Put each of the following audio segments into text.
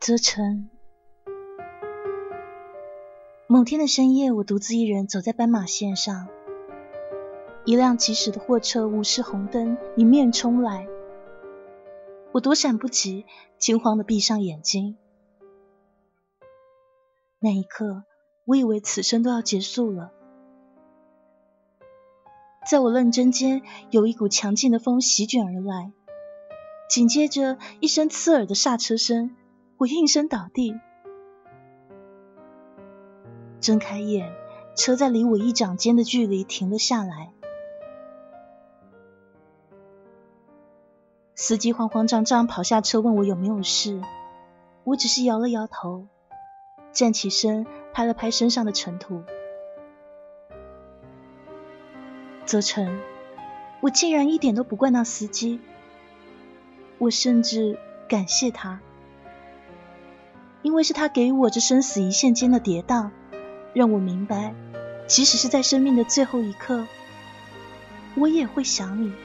泽成。某天的深夜，我独自一人走在斑马线上，一辆疾驶的货车无视红灯迎面冲来，我躲闪不及，惊慌地闭上眼睛。那一刻，我以为此生都要结束了。在我愣怔间，有一股强劲的风席卷而来，紧接着一声刺耳的刹车声，我应声倒地。睁开眼，车在离我一掌间的距离停了下来。司机慌慌张张跑下车问我有没有事，我只是摇了摇头，站起身拍了拍身上的尘土。泽成，我竟然一点都不怪那司机，我甚至感谢他，因为是他给予我这生死一线间的跌宕，让我明白，即使是在生命的最后一刻，我也会想你，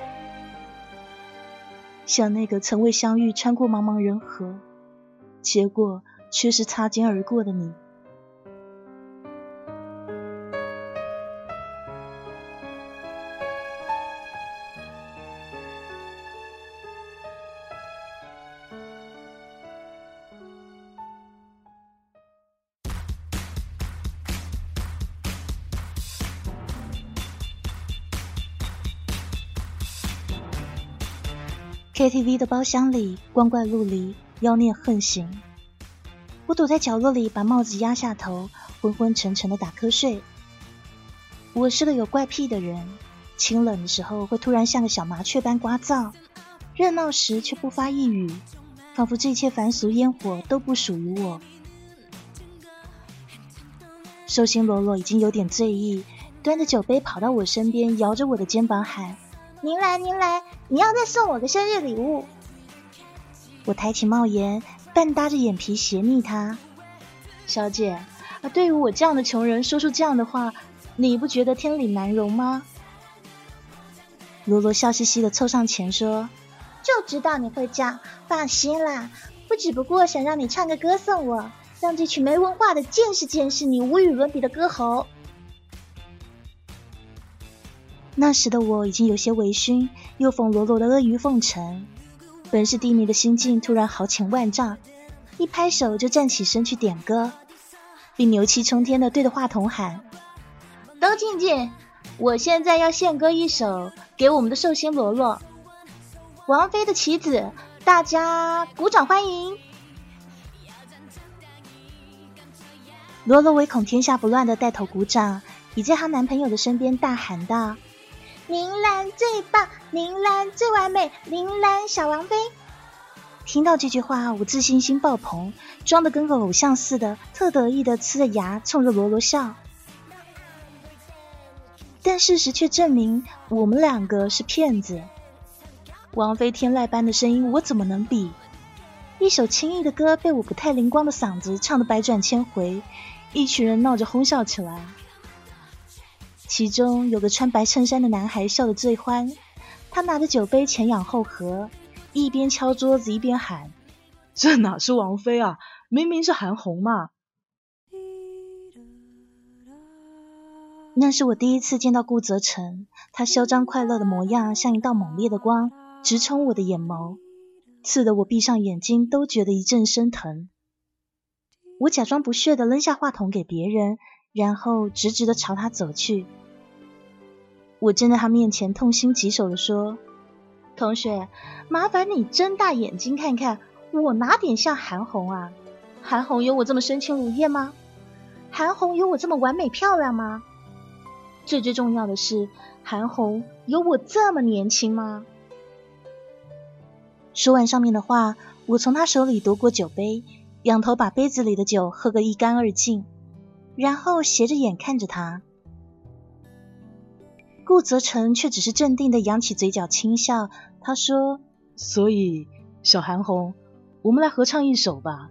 想那个曾为相遇穿过茫茫人河，结果却是擦肩而过的你。KTV 的包厢里，光怪陆离，妖孽横行。我躲在角落里，把帽子压下头，昏昏沉沉的打瞌睡。我是个有怪癖的人，清冷的时候会突然像个小麻雀般聒噪，热闹时却不发一语，仿佛这一切凡俗烟火都不属于我。寿星罗罗已经有点醉意，端着酒杯跑到我身边，摇着我的肩膀喊：您来您来，你要再送我个生日礼物。我抬起帽檐，半搭着眼皮斜睨他：小姐，对于我这样的穷人说出这样的话，你不觉得天理难容吗？罗罗笑嘻嘻地凑上前说：就知道你会这样，放心啦，我只不过想让你唱个歌送我，让这群没文化的见识见识你无与伦比的歌喉。那时的我已经有些微醺，又逢罗罗的阿谀奉承，本是低迷的心境突然豪情万丈，一拍手就站起身去点歌，并牛气冲天地对着话筒喊：都静静，我现在要献歌一首给我们的寿星罗罗，王菲的棋子，大家鼓掌欢迎。罗罗唯恐天下不乱地带头鼓掌，倚在她男朋友的身边大喊道：铃兰最棒，铃兰最完美，铃兰小王妃。听到这句话，我自信心爆棚，装得跟个偶像似的，特得意地呲着牙冲着罗罗笑。但事实却证明我们两个是骗子。王菲天籁般的声音我怎么能比？一首轻易的歌被我不太灵光的嗓子唱得百转千回，一群人闹着哄笑起来。其中有个穿白衬衫的男孩笑得最欢，他拿着酒杯前仰后合，一边敲桌子一边喊：这哪是王菲啊，明明是韩红嘛。那是我第一次见到顾泽成，他嚣张快乐的模样像一道猛烈的光，直冲我的眼眸，刺得我闭上眼睛都觉得一阵生疼。我假装不屑地扔下话筒给别人，然后直直地朝他走去。我站在他面前痛心疾首地说：同学，麻烦你睁大眼睛看看，我哪点像韩红啊？韩红有我这么身轻如燕吗？韩红有我这么完美漂亮吗？最重要的是，韩红有我这么年轻吗？说完上面的话，我从他手里夺过酒杯，仰头把杯子里的酒喝个一干二净，然后斜着眼看着他。顾泽成却只是镇定地扬起嘴角轻笑，他说：所以小韩红，我们来合唱一首吧。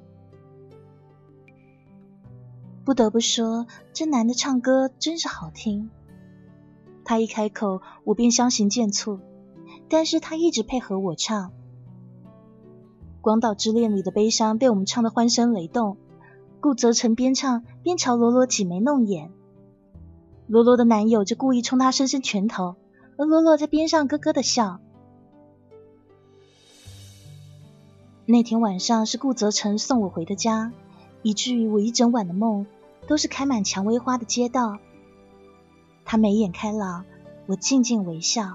不得不说，这男的唱歌真是好听。他一开口，我便相形见绌，但是他一直配合我唱。 广岛之恋里的悲伤被我们唱得欢声雷动，顾泽成边唱边朝罗罗挤眉弄眼。罗罗的男友就故意冲他伸伸拳头，而罗罗在边上咯咯的笑。那天晚上是顾泽成送我回的家，以至于我一整晚的梦都是开满蔷薇花的街道。他眉眼开朗，我静静微笑。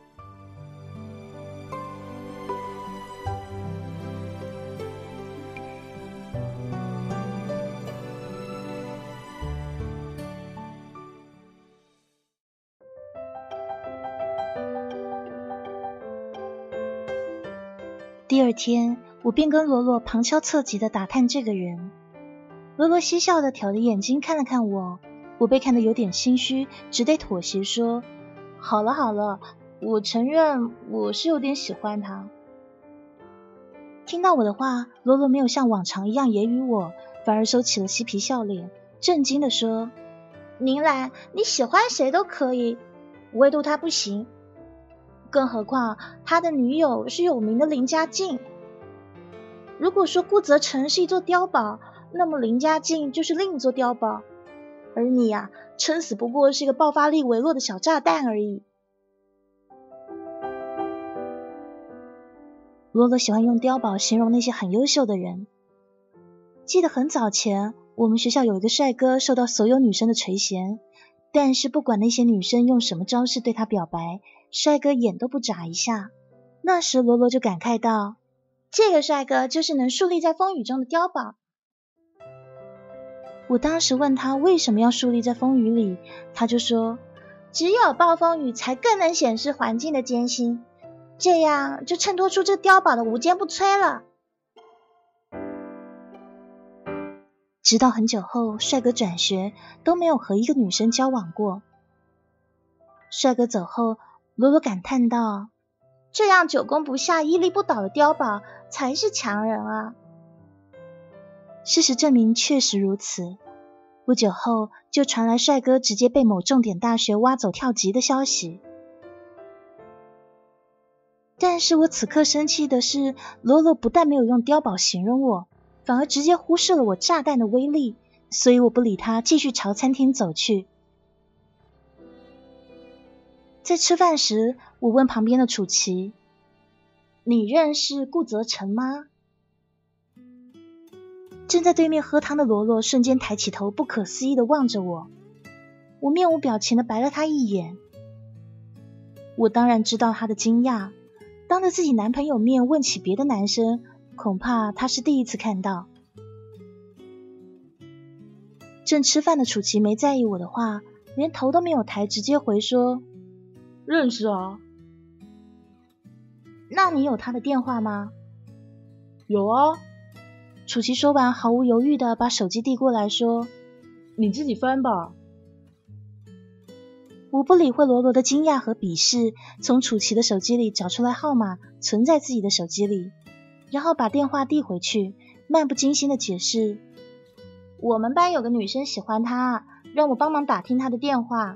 第二天，我便跟罗罗旁敲侧击地打探这个人。罗罗嬉笑地挑着眼睛看了看我，我被看得有点心虚，只得妥协说：好了好了，我承认我是有点喜欢他。听到我的话，罗罗没有像往常一样揶揄我，反而收起了嬉皮笑脸，震惊地说：明兰，你喜欢谁都可以，唯独他不行。更何况他的女友是有名的林家静。如果说顾泽成是一座碉堡，那么林家静就是另一座碉堡，而你呀，撑死不过是一个爆发力微弱的小炸弹而已。罗罗喜欢用碉堡形容那些很优秀的人。记得很早前，我们学校有一个帅哥受到所有女生的垂涎，但是不管那些女生用什么招式对他表白，帅哥眼都不眨一下。那时罗罗就感慨道：这个帅哥就是能树立在风雨中的碉堡。我当时问他为什么要树立在风雨里，他就说：只有暴风雨才更能显示环境的艰辛，这样就衬托出这碉堡的无坚不摧了。直到很久后，帅哥转学都没有和一个女生交往过。帅哥走后，罗罗感叹道：这样久攻不下屹立不倒的碉堡才是强人啊。事实证明确实如此。不久后就传来帅哥直接被某重点大学挖走跳级的消息。但是我此刻生气的是，罗罗不但没有用碉堡形容我，反而直接忽视了我炸弹的威力，所以我不理他，继续朝餐厅走去。在吃饭时，我问旁边的楚琪：你认识顾泽成吗？正在对面喝汤的罗罗瞬间抬起头，不可思议地望着我。我面无表情地白了他一眼。我当然知道他的惊讶，当着自己男朋友面问起别的男生，恐怕他是第一次看到。正吃饭的楚琪没在意我的话，连头都没有抬，直接回说：认识啊。那你有他的电话吗？有啊。楚琪说完，毫无犹豫地把手机递过来说：你自己翻吧。我不理会罗罗的惊讶和鄙视，从楚琪的手机里找出来号码，存在自己的手机里，然后把电话递回去，漫不经心地解释：我们班有个女生喜欢他，让我帮忙打听他的电话。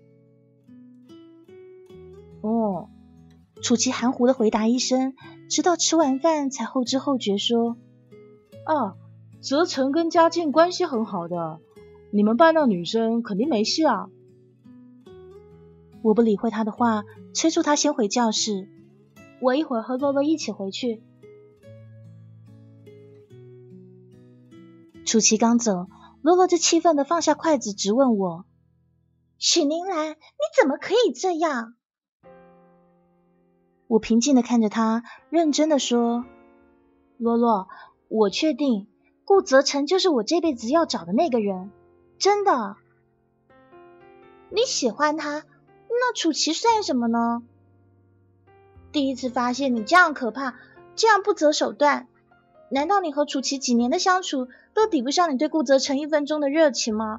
哦，楚琪含糊地回答一声，直到吃完饭才后知后觉说：啊，泽成跟嘉靖关系很好的，你们班那女生肯定没事啊。我不理会他的话，催促他先回教室，我一会儿和罗罗一起回去。楚琪刚走，罗罗就气愤地放下筷子，直问我：许宁兰，你怎么可以这样？我平静地看着他，认真地说：罗罗，我确定顾泽成就是我这辈子要找的那个人，真的。你喜欢他，那楚琪算什么呢？第一次发现你这样可怕，这样不择手段，难道你和楚琪几年的相处都抵不上你对顾泽成1分钟的热情吗？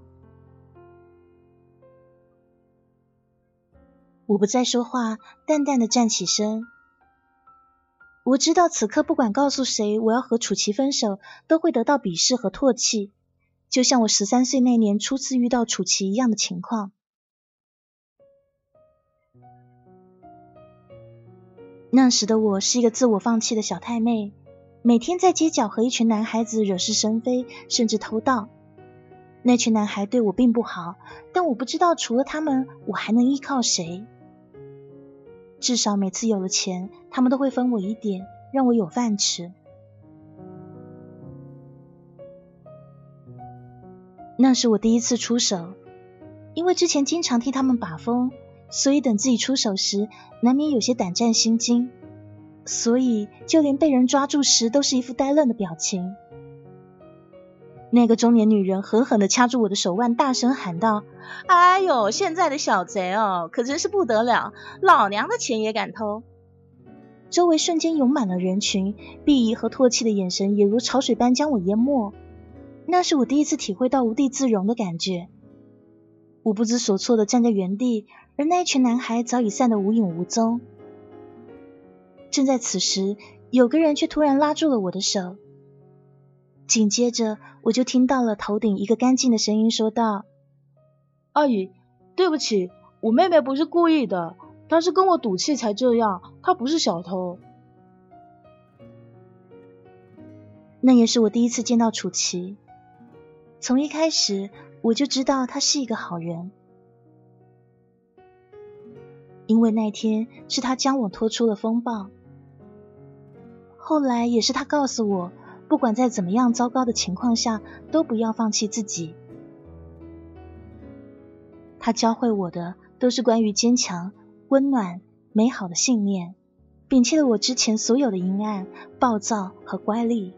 我不再说话，淡淡的站起身。我知道此刻不管告诉谁我要和楚琪分手，都会得到鄙视和唾弃，就像我13岁那年初次遇到楚琪一样的情况。那时的我是一个自我放弃的小太妹， 每天在街角和一群男孩子惹是生非，甚至偷盗。那群男孩对我并不好，但我不知道除了他们，我还能依靠谁。至少每次有了钱，他们都会分我一点，让我有饭吃。那是我第一次出手，因为之前经常替他们把风，所以等自己出手时，难免有些胆战心惊，所以就连被人抓住时都是一副呆愣的表情。那个中年女人狠狠地掐住我的手腕，大声喊道：哎呦，现在的小贼哦，可真是不得了，老娘的钱也敢偷。周围瞬间涌满了人群，鄙夷和唾弃的眼神也如潮水般将我淹没。那是我第一次体会到无地自容的感觉。我不知所措地站在原地，而那一群男孩早已散得无影无踪。正在此时，有个人却突然拉住了我的手，紧接着我就听到了头顶一个干净的声音说道：阿姨，对不起，我妹妹不是故意的，她是跟我赌气才这样，她不是小偷。那也是我第一次见到楚琪，从一开始我就知道他是一个好人，因为那天是他将我拖出了风暴。后来也是他告诉我，不管在怎么样糟糕的情况下，都不要放弃自己。他教会我的都是关于坚强、温暖、美好的信念，摒弃了我之前所有的阴暗、暴躁和乖戾。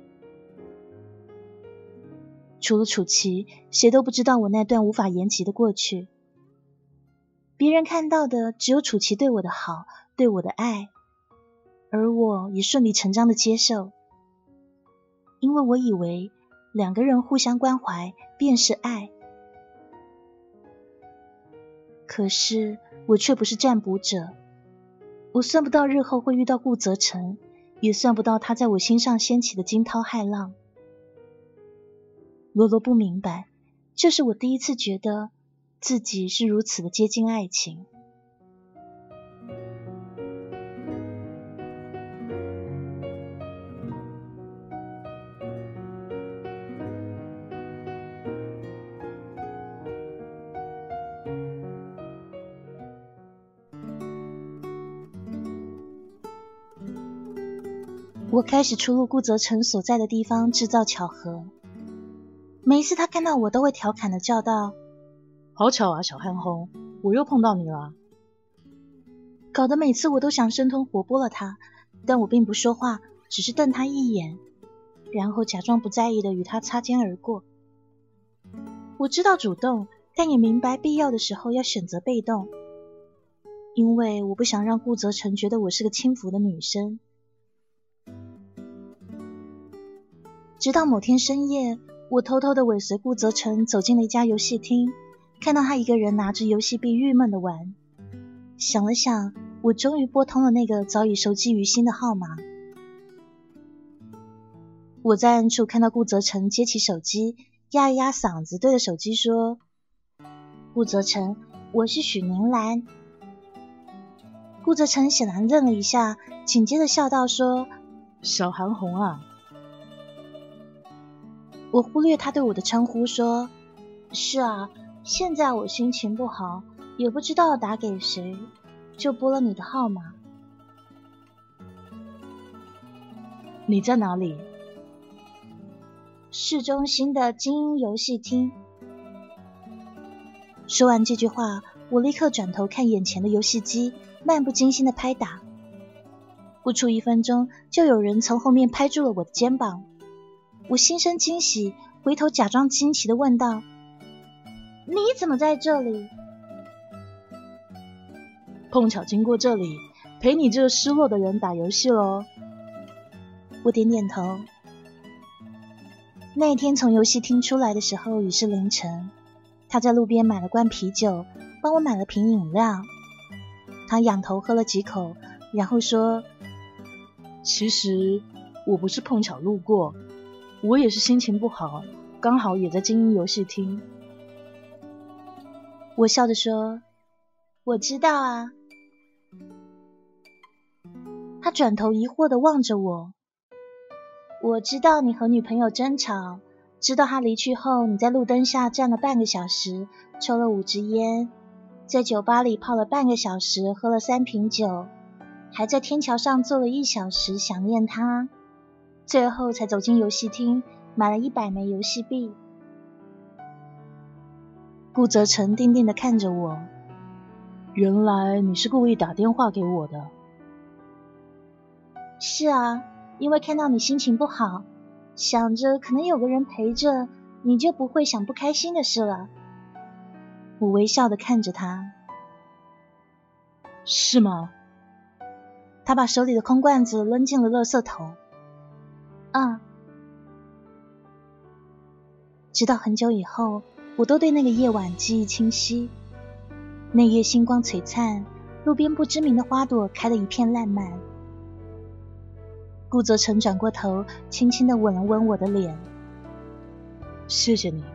除了楚琪，谁都不知道我那段无法言及的过去。别人看到的只有楚琪对我的好，对我的爱，而我也顺理成章的接受，因为我以为两个人互相关怀便是爱。可是我却不是占卜者，我算不到日后会遇到顾泽成，也算不到他在我心上掀起的惊涛骇浪。罗罗不明白，这是我第一次觉得自己是如此的接近爱情。我开始出入顾泽成所在的地方制造巧合，每一次他看到我都会调侃地叫道：好巧啊，小憨红，我又碰到你了。搞得每次我都想生吞活剥了他，但我并不说话，只是瞪他一眼，然后假装不在意地与他擦肩而过。我知道主动，但也明白必要的时候要选择被动，因为我不想让顾泽成觉得我是个轻浮的女生。直到某天深夜，我偷偷地尾随顾泽成走进了一家游戏厅，看到他一个人拿着游戏币郁闷地玩。想了想，我终于拨通了那个早已熟记于心的号码。我在暗处看到顾泽成接起手机，压一压嗓子对着手机说：顾泽成，我是许宁兰。顾泽成显然愣了一下，紧接着笑道说：小韩红啊。我忽略他对我的称呼说：是啊，现在我心情不好，也不知道打给谁，就拨了你的号码。你在哪里？市中心的精英游戏厅。说完这句话，我立刻转头看眼前的游戏机，漫不经心的拍打。不出1分钟，就有人从后面拍住了我的肩膀。我心生惊喜，回头假装惊奇地问道：你怎么在这里？碰巧经过这里，陪你这个失落的人打游戏咯。我点点头。那天从游戏厅出来的时候已是凌晨，他在路边买了罐啤酒，帮我买了瓶饮料。他仰头喝了几口，然后说：其实我不是碰巧路过，我也是心情不好，刚好也在精英游戏厅。我笑着说：我知道啊。他转头疑惑地望着我， 我知道你和女朋友争吵，知道她离去后，你在路灯下站了半个小时，抽了5支烟，在酒吧里泡了半个小时，喝了3瓶酒，还在天桥上坐了1小时想念她，最后才走进游戏厅，买了100枚游戏币。顾泽成定定地看着我， 原来你是故意打电话给我的。 是啊，因为看到你心情不好，想着可能有个人陪着，你就不会想不开心的事了。我微笑地看着他。 是吗？ 他把手里的空罐子扔进了垃圾桶。直到很久以后，我都对那个夜晚记忆清晰。那夜星光璀璨，路边不知名的花朵开得一片烂漫。顾泽成转过头，轻轻地吻了吻我的脸。 谢谢你。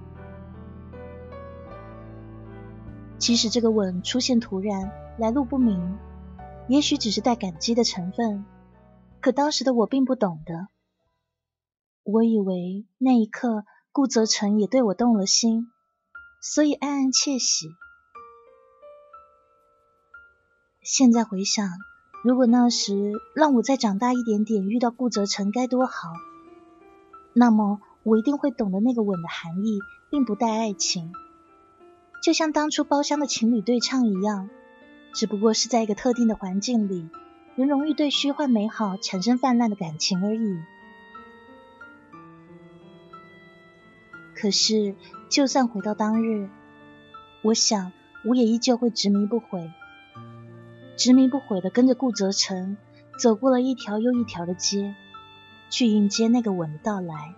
即使这个吻出现突然，来路不明，也许只是带感激的成分，可当时的我并不懂得。我以为那一刻顾泽成也对我动了心，所以暗暗窃喜。现在回想，如果那时让我再长大一点点，遇到顾泽成该多好。那么我一定会懂得那个吻的含义，并不带爱情，就像当初包厢的情侣对唱一样，只不过是在一个特定的环境里，人容易对虚幻美好产生泛滥的感情而已。可是就算回到当日，我想我也依旧会执迷不悔地跟着顾泽成走过了一条又一条的街，去迎接那个吻的到来。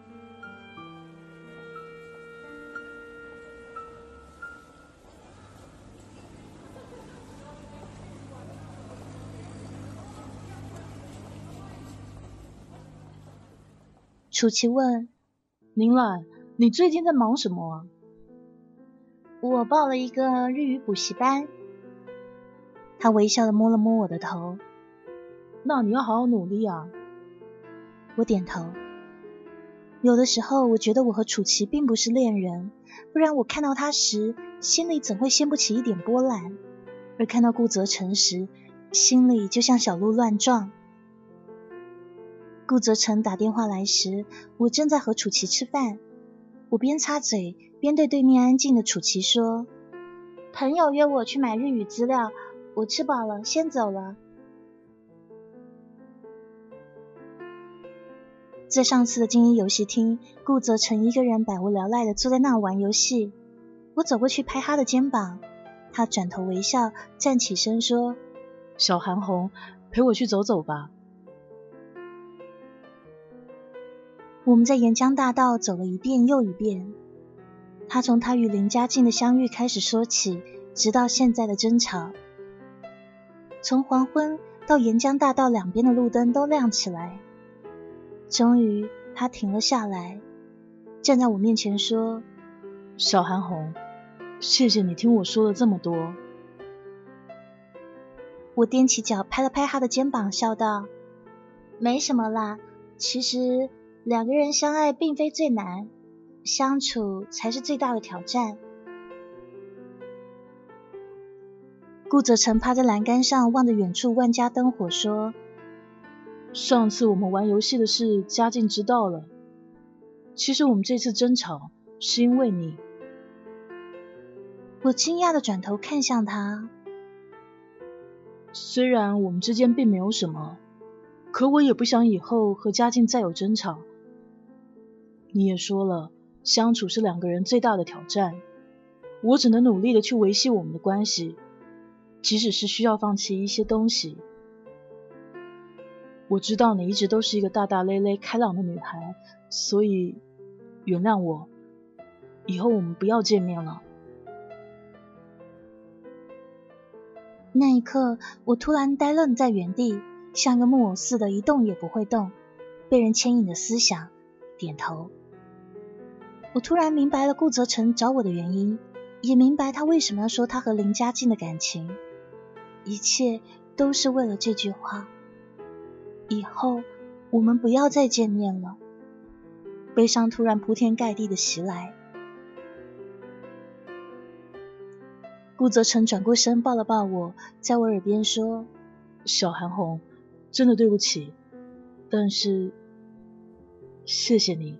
楚琪问： 宁兰，你最近在忙什么啊？ 我报了一个日语补习班。他微笑地摸了摸我的头。 那你要好好努力啊。 我点头。有的时候我觉得我和楚琪并不是恋人，不然我看到他时心里怎会掀不起一点波澜，而看到顾泽成时心里就像小鹿乱撞。顾泽成打电话来时，我正在和楚琪吃饭，我边擦嘴边对对面安静的楚琪说：朋友约我去买日语资料，我吃饱了，先走了。在上次的精英游戏厅，顾泽成一个人百无聊赖地坐在那玩游戏。我走过去拍他的肩膀，他转头微笑，站起身说： 小韩红，陪我去走走吧。 我们在沿江大道走了一遍又一遍，他从他与林家静的相遇开始说起，直到现在的争吵。从黄昏到沿江大道两边的路灯都亮起来，终于他停了下来，站在我面前说： 小韩红，谢谢你听我说了这么多。 我踮起脚拍了拍他的肩膀，笑道：没什么啦，其实两个人相爱并非最难，相处才是最大的挑战。顾泽成趴在栏杆上望着远处万家灯火说： 上次我们玩游戏的事嘉靖知道了，其实我们这次争吵是因为你。 我惊讶地转头看向他。 虽然我们之间并没有什么，可我也不想以后和嘉靖再有争吵。你也说了，相处是两个人最大的挑战，我只能努力的去维系我们的关系，即使是需要放弃一些东西。我知道你一直都是一个大大咧咧开朗的女孩，所以原谅我，以后我们不要见面了。 那一刻我突然呆愣在原地，像个木偶似的一动也不会动，被人牵引的思想，点头。我突然明白了顾泽成找我的原因，也明白他为什么要说他和林家静的感情，一切都是为了这句话。以后我们不要再见面了。悲伤突然铺天盖地的袭来。顾泽成转过身抱了抱我，在我耳边说： 小韩红，真的对不起，但是谢谢你。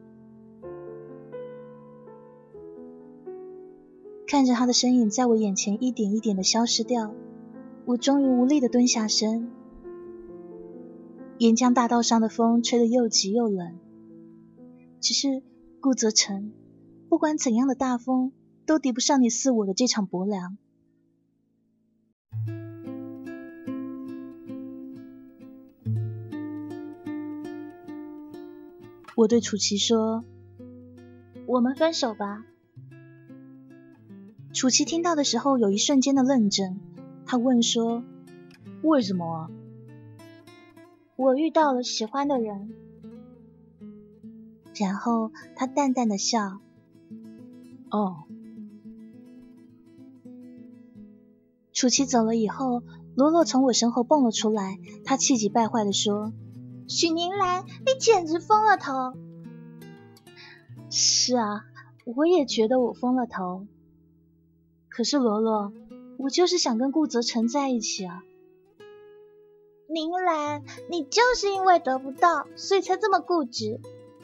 看着他的身影在我眼前一点一点的消失掉，我终于无力的蹲下身。沿江大道上的风吹得又急又冷，只是顾泽成，不管怎样的大风都敌不上你似我的这场薄凉。我对楚琪说：我们分手吧。楚琪听到的时候有一瞬间的愣怔，他问说： 为什么啊？ 我遇到了喜欢的人。然后他淡淡的笑。 哦。 楚琪走了以后，罗罗从我身后蹦了出来，他气急败坏的说：许宁兰，你简直疯了头。是啊，我也觉得我疯了头。可是罗罗，我就是想跟顾泽成在一起啊。宁兰，你就是因为得不到，所以才这么固执。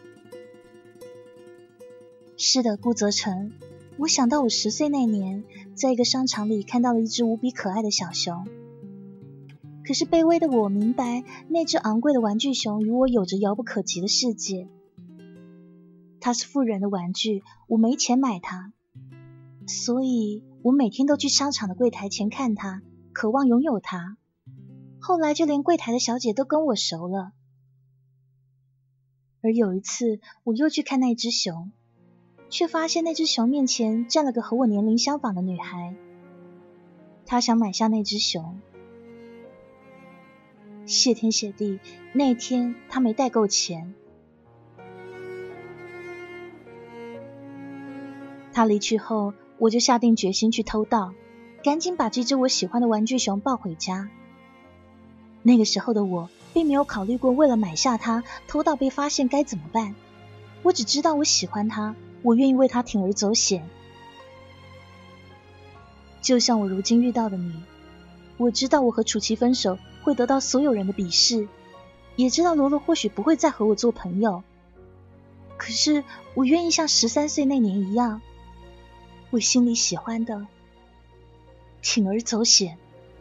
是的，顾泽成，我想到我10岁那年，在一个商场里看到了一只无比可爱的小熊。可是卑微的我明白，那只昂贵的玩具熊与我有着遥不可及的世界。它是富人的玩具，我没钱买它，所以我每天都去商场的柜台前看它，渴望拥有它。后来就连柜台的小姐都跟我熟了。而有一次，我又去看那只熊，却发现那只熊面前站了个和我年龄相仿的女孩。她想买下那只熊。谢天谢地，那天她没带够钱。她离去后，我就下定决心去偷盗，赶紧把这只我喜欢的玩具熊抱回家。那个时候的我并没有考虑过为了买下它，偷盗被发现该怎么办。我只知道我喜欢它，我愿意为它铤而走险。就像我如今遇到的你，我知道我和楚琪分手会得到所有人的鄙视，也知道罗罗或许不会再和我做朋友。可是我愿意像13岁那年一样，为心里喜欢的铤而走险。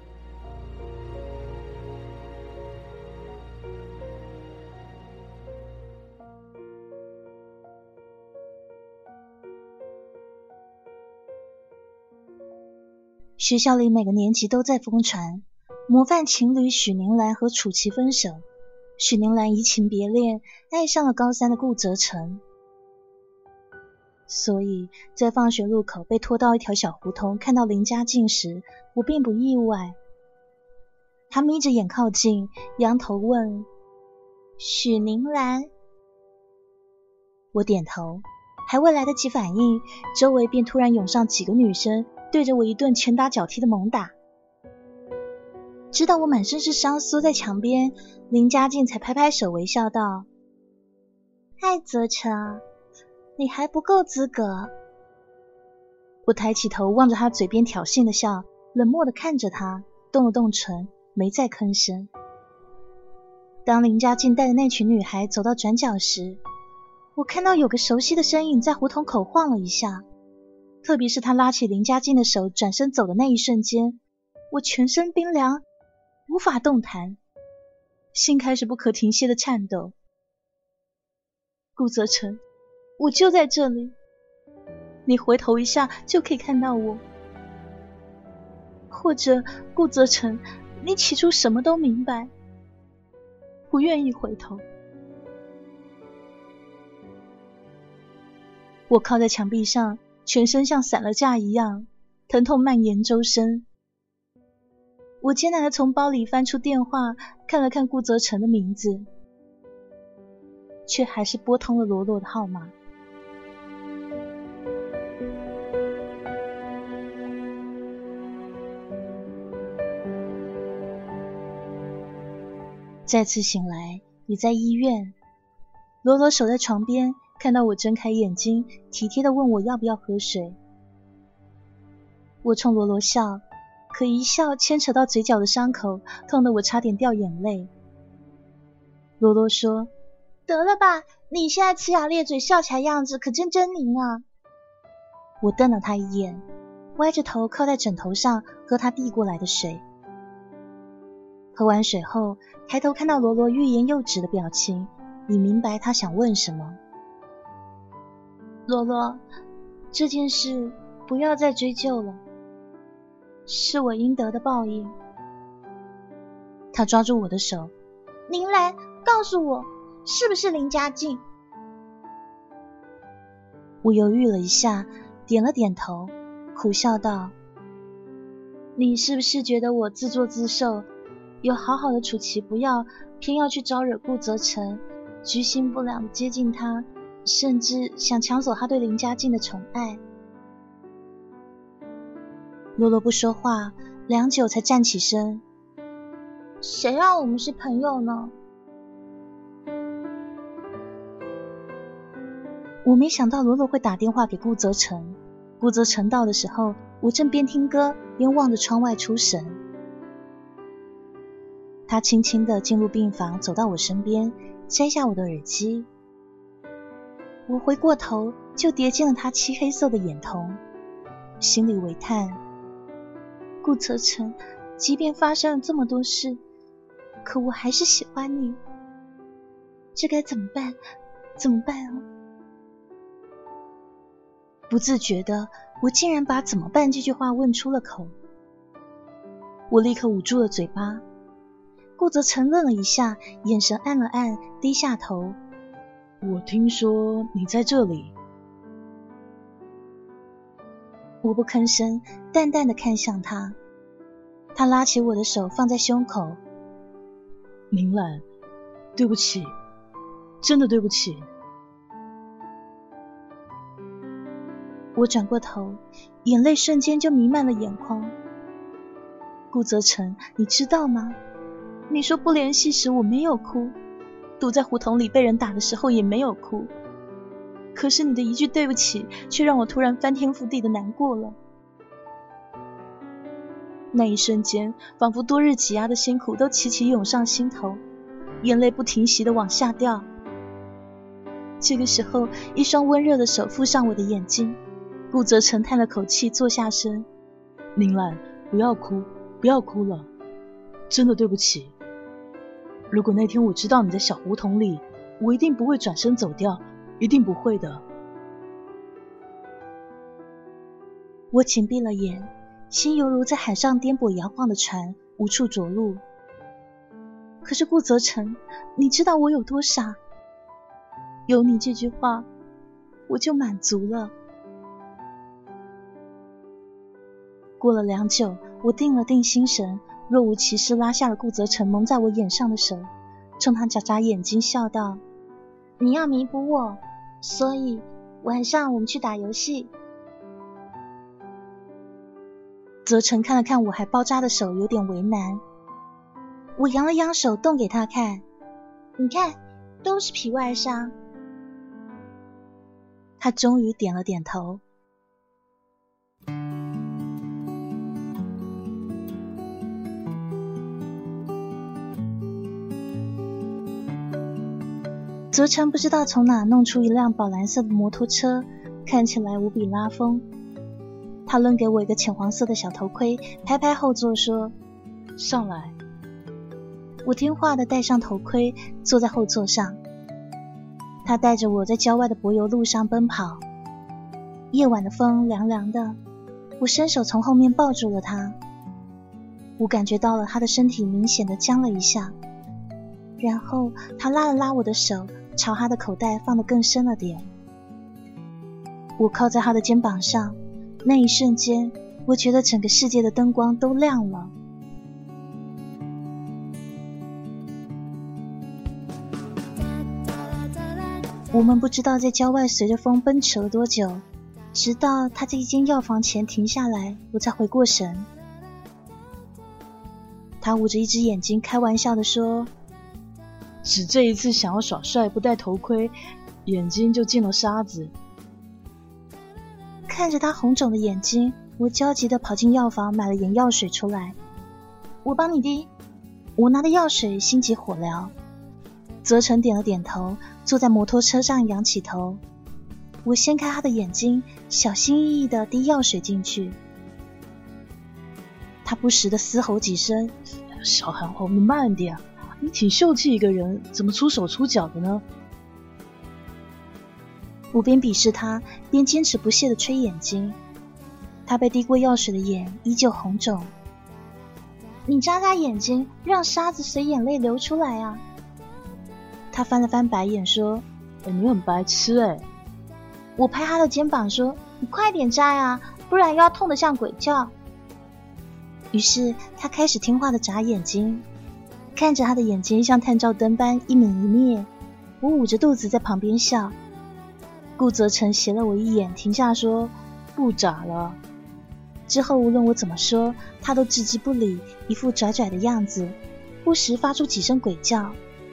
学校里每个年级都在疯传模范情侣许宁兰和楚琪分手，许宁兰移情别恋，爱上了高3的顾泽成。所以在放学路口被拖到一条小胡同，看到林家静时，我并不意外。他眯着眼靠近，仰头问：许宁兰？我点头，还未来得及反应，周围便突然涌上几个女生，对着我一顿拳打脚踢的猛打。知道我满身是伤，缩在墙边，林家静才拍拍手，微笑道：嗨，泽成，你还不够资格。我抬起头望着他嘴边挑衅的笑，冷漠地看着他，动了动唇，没再吭声。当林家静带着那群女孩走到转角时，我看到有个熟悉的身影在胡同口晃了一下，特别是他拉起林家静的手转身走的那一瞬间，我全身冰凉，无法动弹，心开始不可停歇的颤抖。顾泽成，我就在这里，你回头一下就可以看到我。或者顾泽成，你起初什么都明白，不愿意回头。我靠在墙壁上，全身像散了架一样，疼痛蔓延周身。我艰难地从包里翻出电话，看了看顾泽成的名字，却还是拨通了罗罗的号码。再次醒来， 也在医院。罗罗守在床边，看到我睁开眼睛，体贴地问我要不要喝水。我冲罗罗笑，可一笑牵扯到嘴角的伤口，痛得我差点掉眼泪。罗罗说：得了吧，你现在呲牙咧嘴笑起来样子可真狰狞啊。我瞪了他一眼，歪着头靠在枕头上喝他递过来的水。喝完水后，抬头看到罗罗欲言又止的表情，已明白他想问什么。罗罗，这件事不要再追究了，是我应得的报应。他抓住我的手，您来告诉我，是不是林家静？我犹豫了一下，点了点头，苦笑道：你是不是觉得我自作自受，有好好的处其不要，偏要去招惹顾泽成，居心不良接近他，甚至想抢走他对林家静的宠爱？罗罗不说话，良久才站起身。谁让我们是朋友呢？我没想到罗罗会打电话给顾泽成。顾泽成到的时候，我正边听歌边望着窗外出神。他轻轻地进入病房，走到我身边，摘下我的耳机。我回过头就跌进了他漆黑色的眼瞳，心里微叹：顾泽成，即便发生了这么多事，可我还是喜欢你，这该怎么办？怎么办啊？不自觉的，我竟然把怎么办这句话问出了口。我立刻捂住了嘴巴。顾泽成愣了一下，眼神暗了暗，低下头。 我听说你在这里。 我不吭声，淡淡的看向他。他拉起我的手放在胸口。 明兰，对不起，真的对不起。 我转过头，眼泪瞬间就弥漫了眼眶。顾泽成，你知道吗？你说不联系时我没有哭，堵在胡同里被人打的时候也没有哭，可是你的一句对不起，却让我突然翻天覆地的难过了。那一瞬间，仿佛多日挤压的辛苦都齐齐涌上心头，眼泪不停息的往下掉。这个时候，一双温热的手覆上我的眼睛。顾泽成叹了口气，坐下身。 明兰，不要哭，不要哭了，真的对不起。如果那天我知道你在小胡同里，我一定不会转身走掉，一定不会的。 我紧闭了眼，心犹如在海上颠簸摇晃的船，无处着陆。可是顾泽成，你知道我有多傻？有你这句话，我就满足了。过了良久，我定了定心神，若无其事拉下了顾泽成蒙在我眼上的手，冲他眨眨眼睛笑道：你要弥补我，所以晚上我们去打游戏。泽成看了看我还包扎的手，有点为难。我扬了扬手动给他看，你看，都是皮外伤。他终于点了点头。泽成不知道从哪弄出一辆宝蓝色的摩托车，看起来无比拉风。他扔给我一个浅黄色的小头盔，拍拍后座说： 上来。 我听话的戴上头盔，坐在后座上。他带着我在郊外的柏油路上奔跑。夜晚的风凉凉的，我伸手从后面抱住了他。我感觉到了他的身体明显的僵了一下，然后他拉了拉我的手，朝他的口袋放得更深了点。我靠在他的肩膀上，那一瞬间，我觉得整个世界的灯光都亮了。我们不知道在郊外随着风奔驰了多久，直到他在一间药房前停下来，我才回过神。他捂着一只眼睛开玩笑地说： 只这一次想要耍帅不戴头盔，眼睛就进了沙子。 看着他红肿的眼睛，我焦急地跑进药房买了眼药水出来。我帮你滴。我拿的药水心急火燎。泽成点了点头，坐在摩托车上仰起头。我掀开他的眼睛，小心翼翼地滴药水进去。他不时地嘶吼几声： 小韩红，你慢点，你挺秀气一个人，怎么出手出脚的呢？ 我边鄙视他，边坚持不懈地吹眼睛。他被滴过药水的眼依旧红肿。你眨眨眼睛，让沙子随眼泪流出来啊！他翻了翻白眼说： 你很白痴。 我拍他的肩膀说：你快点眨呀，不然又要痛得像鬼叫。于是他开始听话的眨眼睛，看着他的眼睛像探照灯般一明一灭。我捂着肚子在旁边笑。顾泽成斜了我一眼，停下说：不眨了。之后无论我怎么说，他都置之不理，一副拽拽的样子，不时发出几声鬼叫。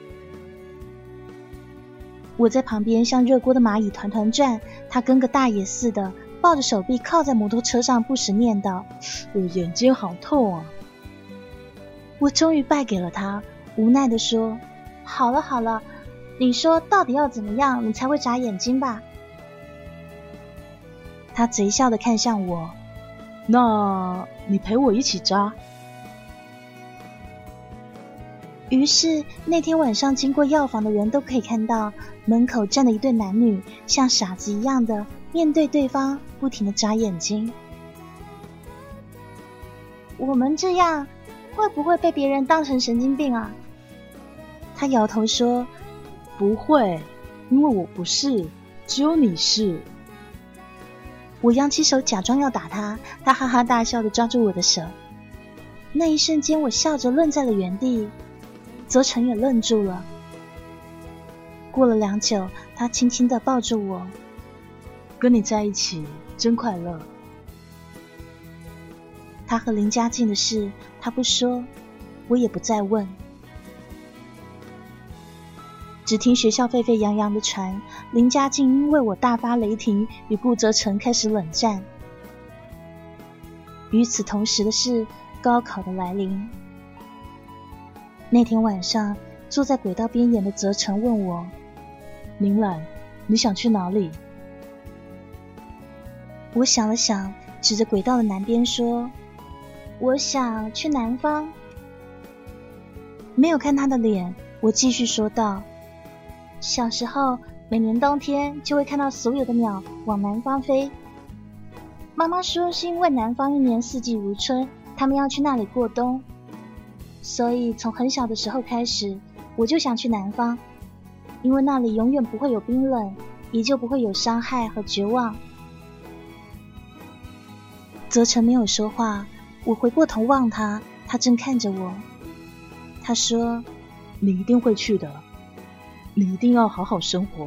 我在旁边像热锅的蚂蚁团团转，他跟个大爷似的抱着手臂靠在摩托车上，不时念叨： 我眼睛好痛啊。 我终于败给了他，无奈地说：好了好了，你说到底要怎么样你才会眨眼睛吧？他贼笑地看向我： 那你陪我一起眨。 于是那天晚上经过药房的人都可以看到，门口站的一对男女像傻子一样的面对对方，不停地眨眼睛。我们这样会不会被别人当成神经病啊？他摇头说： 不会，因为我不是，只有你是。 我扬起手假装要打他，他哈哈大笑地抓住我的手。那一瞬间我笑着愣在了原地，泽成也愣住了。过了良久，他轻轻地抱住我： 跟你在一起真快乐。 他和林家静的事他不说，我也不再问。只听学校沸沸扬扬的传，林家静因为我大发雷霆，与顾泽成开始冷战。与此同时的是高考的来临。那天晚上，坐在轨道边沿的泽成问我： 明兰，你想去哪里？ 我想了想，指着轨道的南边说：我想去南方。没有看他的脸，我继续说道：小时候每年冬天就会看到所有的鸟往南方飞，妈妈说是因为南方一年四季如春，他们要去那里过冬，所以从很小的时候开始，我就想去南方，因为那里永远不会有冰冷，也就不会有伤害和绝望。泽成没有说话，我回过头望他，他正看着我。他说： 你一定会去的，你一定要好好生活。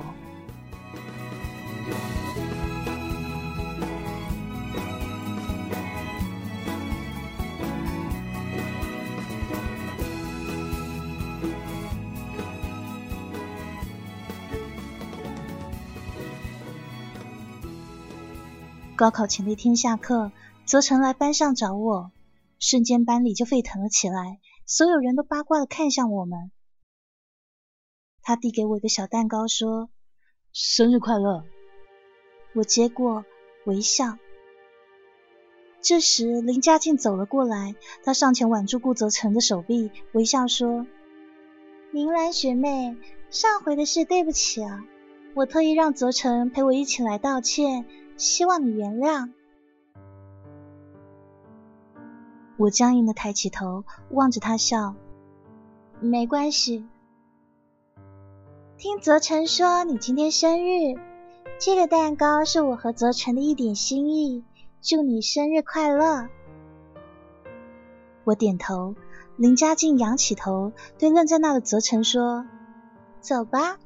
高考前的一天下课，泽成来班上找我，瞬间班里就沸腾了起来，所有人都八卦地看向我们。他递给我一个小蛋糕说： 生日快乐。 我接过微笑。这时林家静走了过来，他上前挽住顾泽成的手臂，微笑说：明兰学妹，上回的事对不起啊，我特意让泽成陪我一起来道歉，希望你原谅。我僵硬地抬起头，望着他笑：没关系。听泽成说你今天生日，这个蛋糕是我和泽成的一点心意，祝你生日快乐。我点头，林家静仰起头，对愣在那的泽成说：走吧。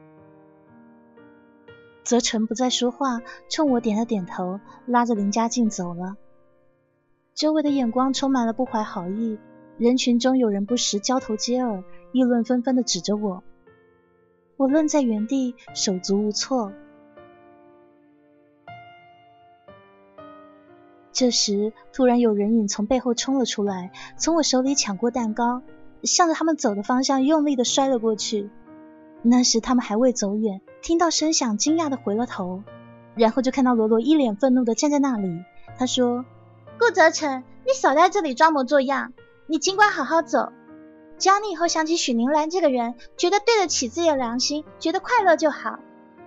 泽成不再说话，冲我点了点头，拉着林家静走了。周围的眼光充满了不怀好意， 人群中有人不时交头接耳，议论纷纷地指着我。我愣在原地，手足无措。这时突然有人影从背后冲了出来，从我手里抢过蛋糕，向着他们走的方向用力地摔了过去。那时他们还未走远，听到声响惊讶地回了头，然后就看到罗罗一脸愤怒地站在那里。他说：顾泽成，你少在这里装模作样，你尽管好好走，只要你以后想起许宁兰这个人，觉得对得起自己的良心，觉得快乐就好。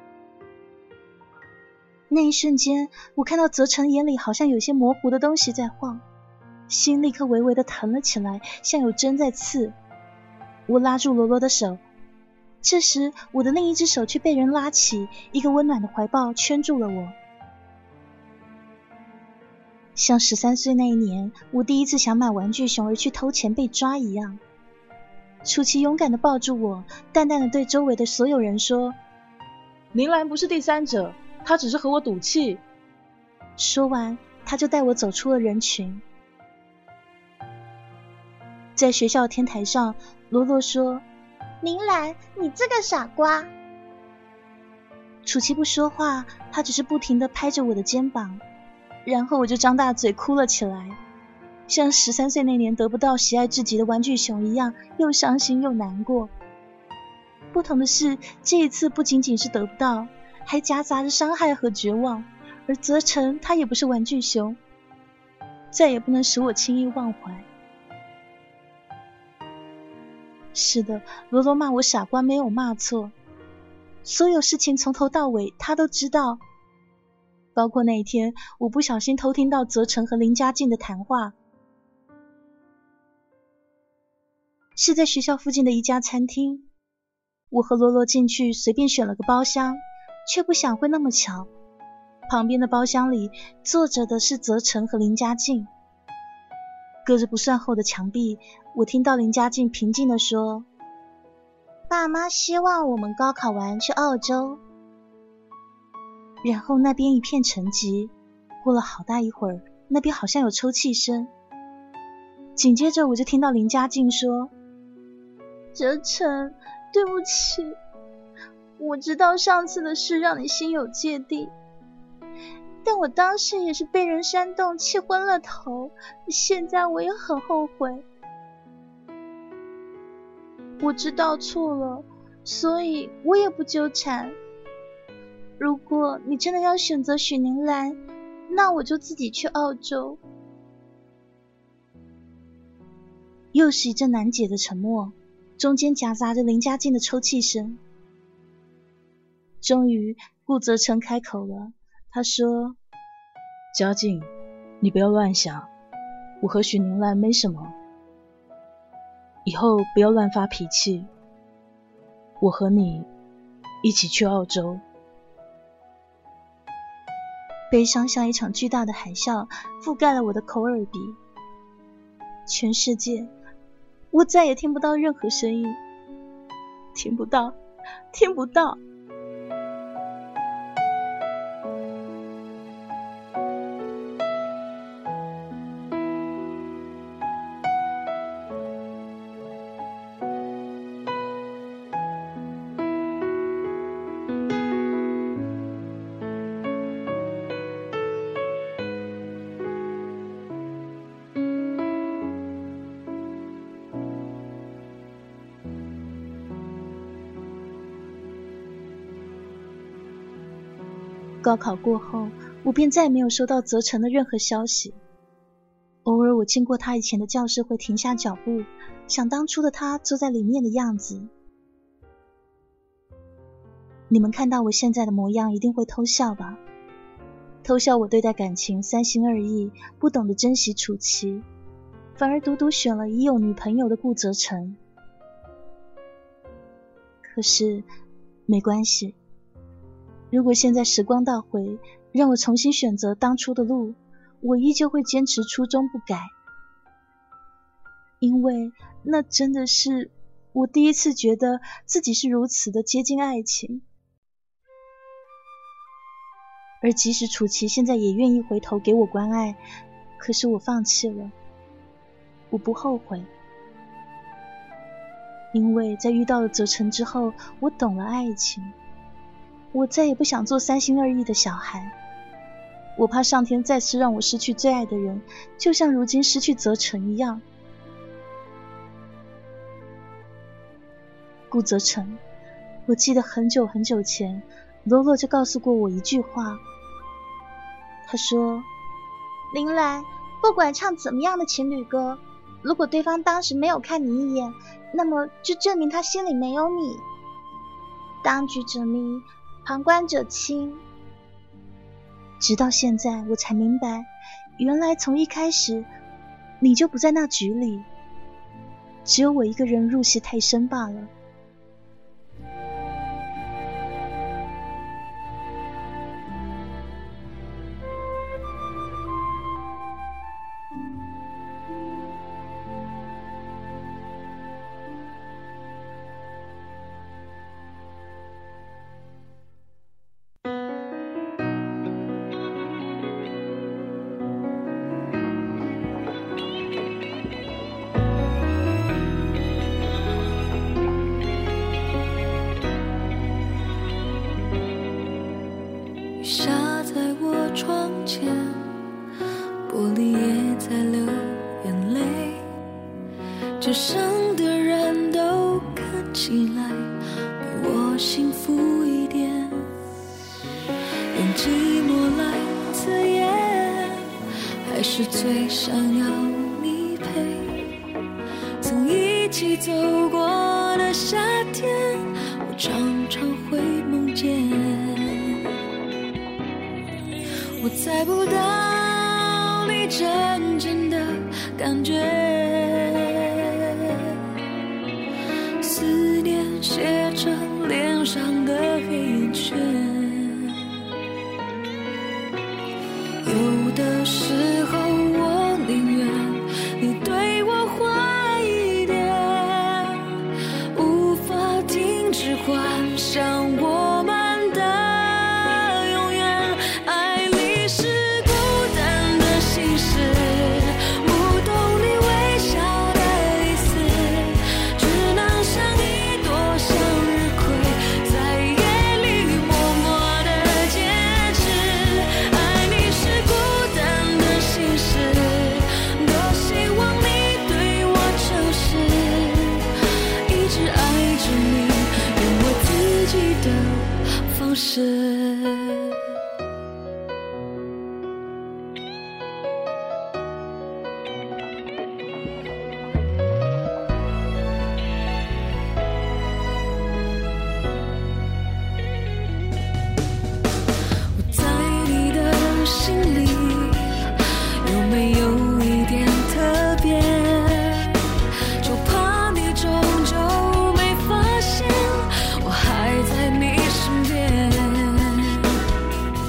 那一瞬间，我看到泽成眼里好像有些模糊的东西在晃，心立刻微微的疼了起来，像有针在刺。我拉住罗罗的手，这时我的另一只手却被人拉起，一个温暖的怀抱圈住了我。像13岁那一年，我第一次想买玩具熊而去偷钱被抓一样。楚琪勇敢地抱住我，淡淡地对周围的所有人说： 宁兰不是第三者，她只是和我赌气。 说完，他就带我走出了人群。在学校天台上，罗罗说：宁兰，你这个傻瓜。楚琪不说话，他只是不停地拍着我的肩膀，然后我就张大嘴哭了起来，像13岁那年得不到喜爱至极的玩具熊一样，又伤心又难过。不同的是，这一次不仅仅是得不到，还夹杂着伤害和绝望，而泽成他也不是玩具熊，再也不能使我轻易忘怀。是的，罗罗骂我傻瓜没有骂错，所有事情从头到尾他都知道，包括那一天我不小心偷听到泽成和林家静的谈话。是在学校附近的一家餐厅，我和罗罗进去随便选了个包厢，却不想会那么巧，旁边的包厢里坐着的是泽成和林家静。隔着不算厚的墙壁，我听到林家静平静地说：爸妈希望我们高考完去澳洲。然后那边一片沉寂，过了好大一会儿，那边好像有抽泣声。紧接着我就听到林家静说：泽成，对不起，我知道上次的事让你心有芥蒂，但我当时也是被人煽动气昏了头，现在我也很后悔。我知道错了，所以我也不纠缠。如果你真的要选择许宁兰，那我就自己去澳洲。又是一阵难解的沉默，中间夹杂着林家静的抽泣声。终于顾泽成开口了，他说： 嘉静，你不要乱想，我和许宁兰没什么，以后不要乱发脾气，我和你一起去澳洲。悲伤像一场巨大的海啸，覆盖了我的口耳鼻。全世界，我再也听不到任何声音，听不到，听不到。高考过后，我便再也没有收到泽成的任何消息。偶尔我经过他以前的教室会停下脚步，想当初的他坐在里面的样子。你们看到我现在的模样一定会偷笑吧，偷笑我对待感情三心二意，不懂得珍惜楚琪，反而独独选了已有女朋友的顾泽成。可是没关系，如果现在时光倒回，让我重新选择当初的路，我依旧会坚持初衷不改。因为那真的是我第一次觉得自己是如此的接近爱情。而即使楚琪现在也愿意回头给我关爱，可是我放弃了。我不后悔， 因为在遇到了泽成之后，我懂了爱情。我再也不想做三心二意的小孩，我怕上天再次让我失去最爱的人，就像如今失去泽成一样。顾泽成，我记得很久很久前，罗罗就告诉过我一句话。他说， 林兰，不管唱怎么样的情侣歌，如果对方当时没有看你一眼，那么就证明他心里没有你。当局者迷，旁观者清。直到现在我才明白，原来从一开始你就不在那局里，只有我一个人入戏太深罢了。 下在我窗前，玻璃也在流眼泪，街上的人都看起来比我幸福一点，用寂寞来自言，还是最想要你陪。曾一起走过的夏天，我常常会梦见，我猜不到你真正的感觉，思念写着脸上的黑眼圈，有的时候我宁愿你对我坏一点，无法停止幻想我们是我在你的心里有没有一点特别，就怕你终究没发现我还在你身边。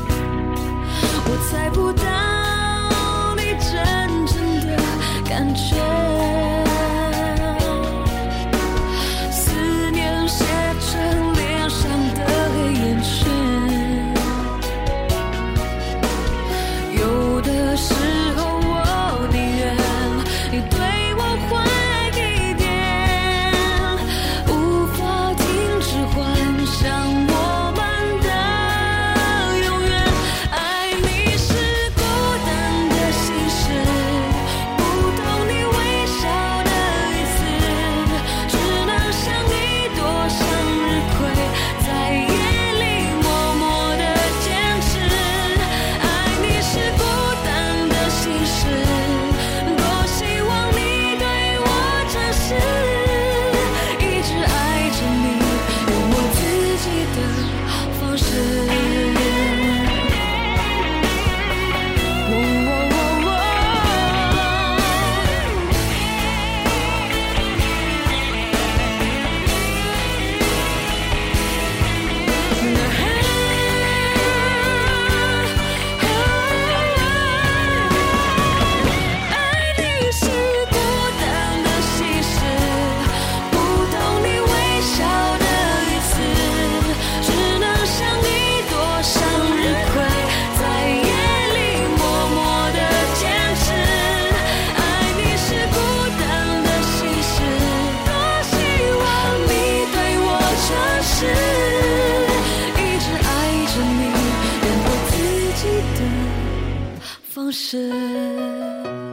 事。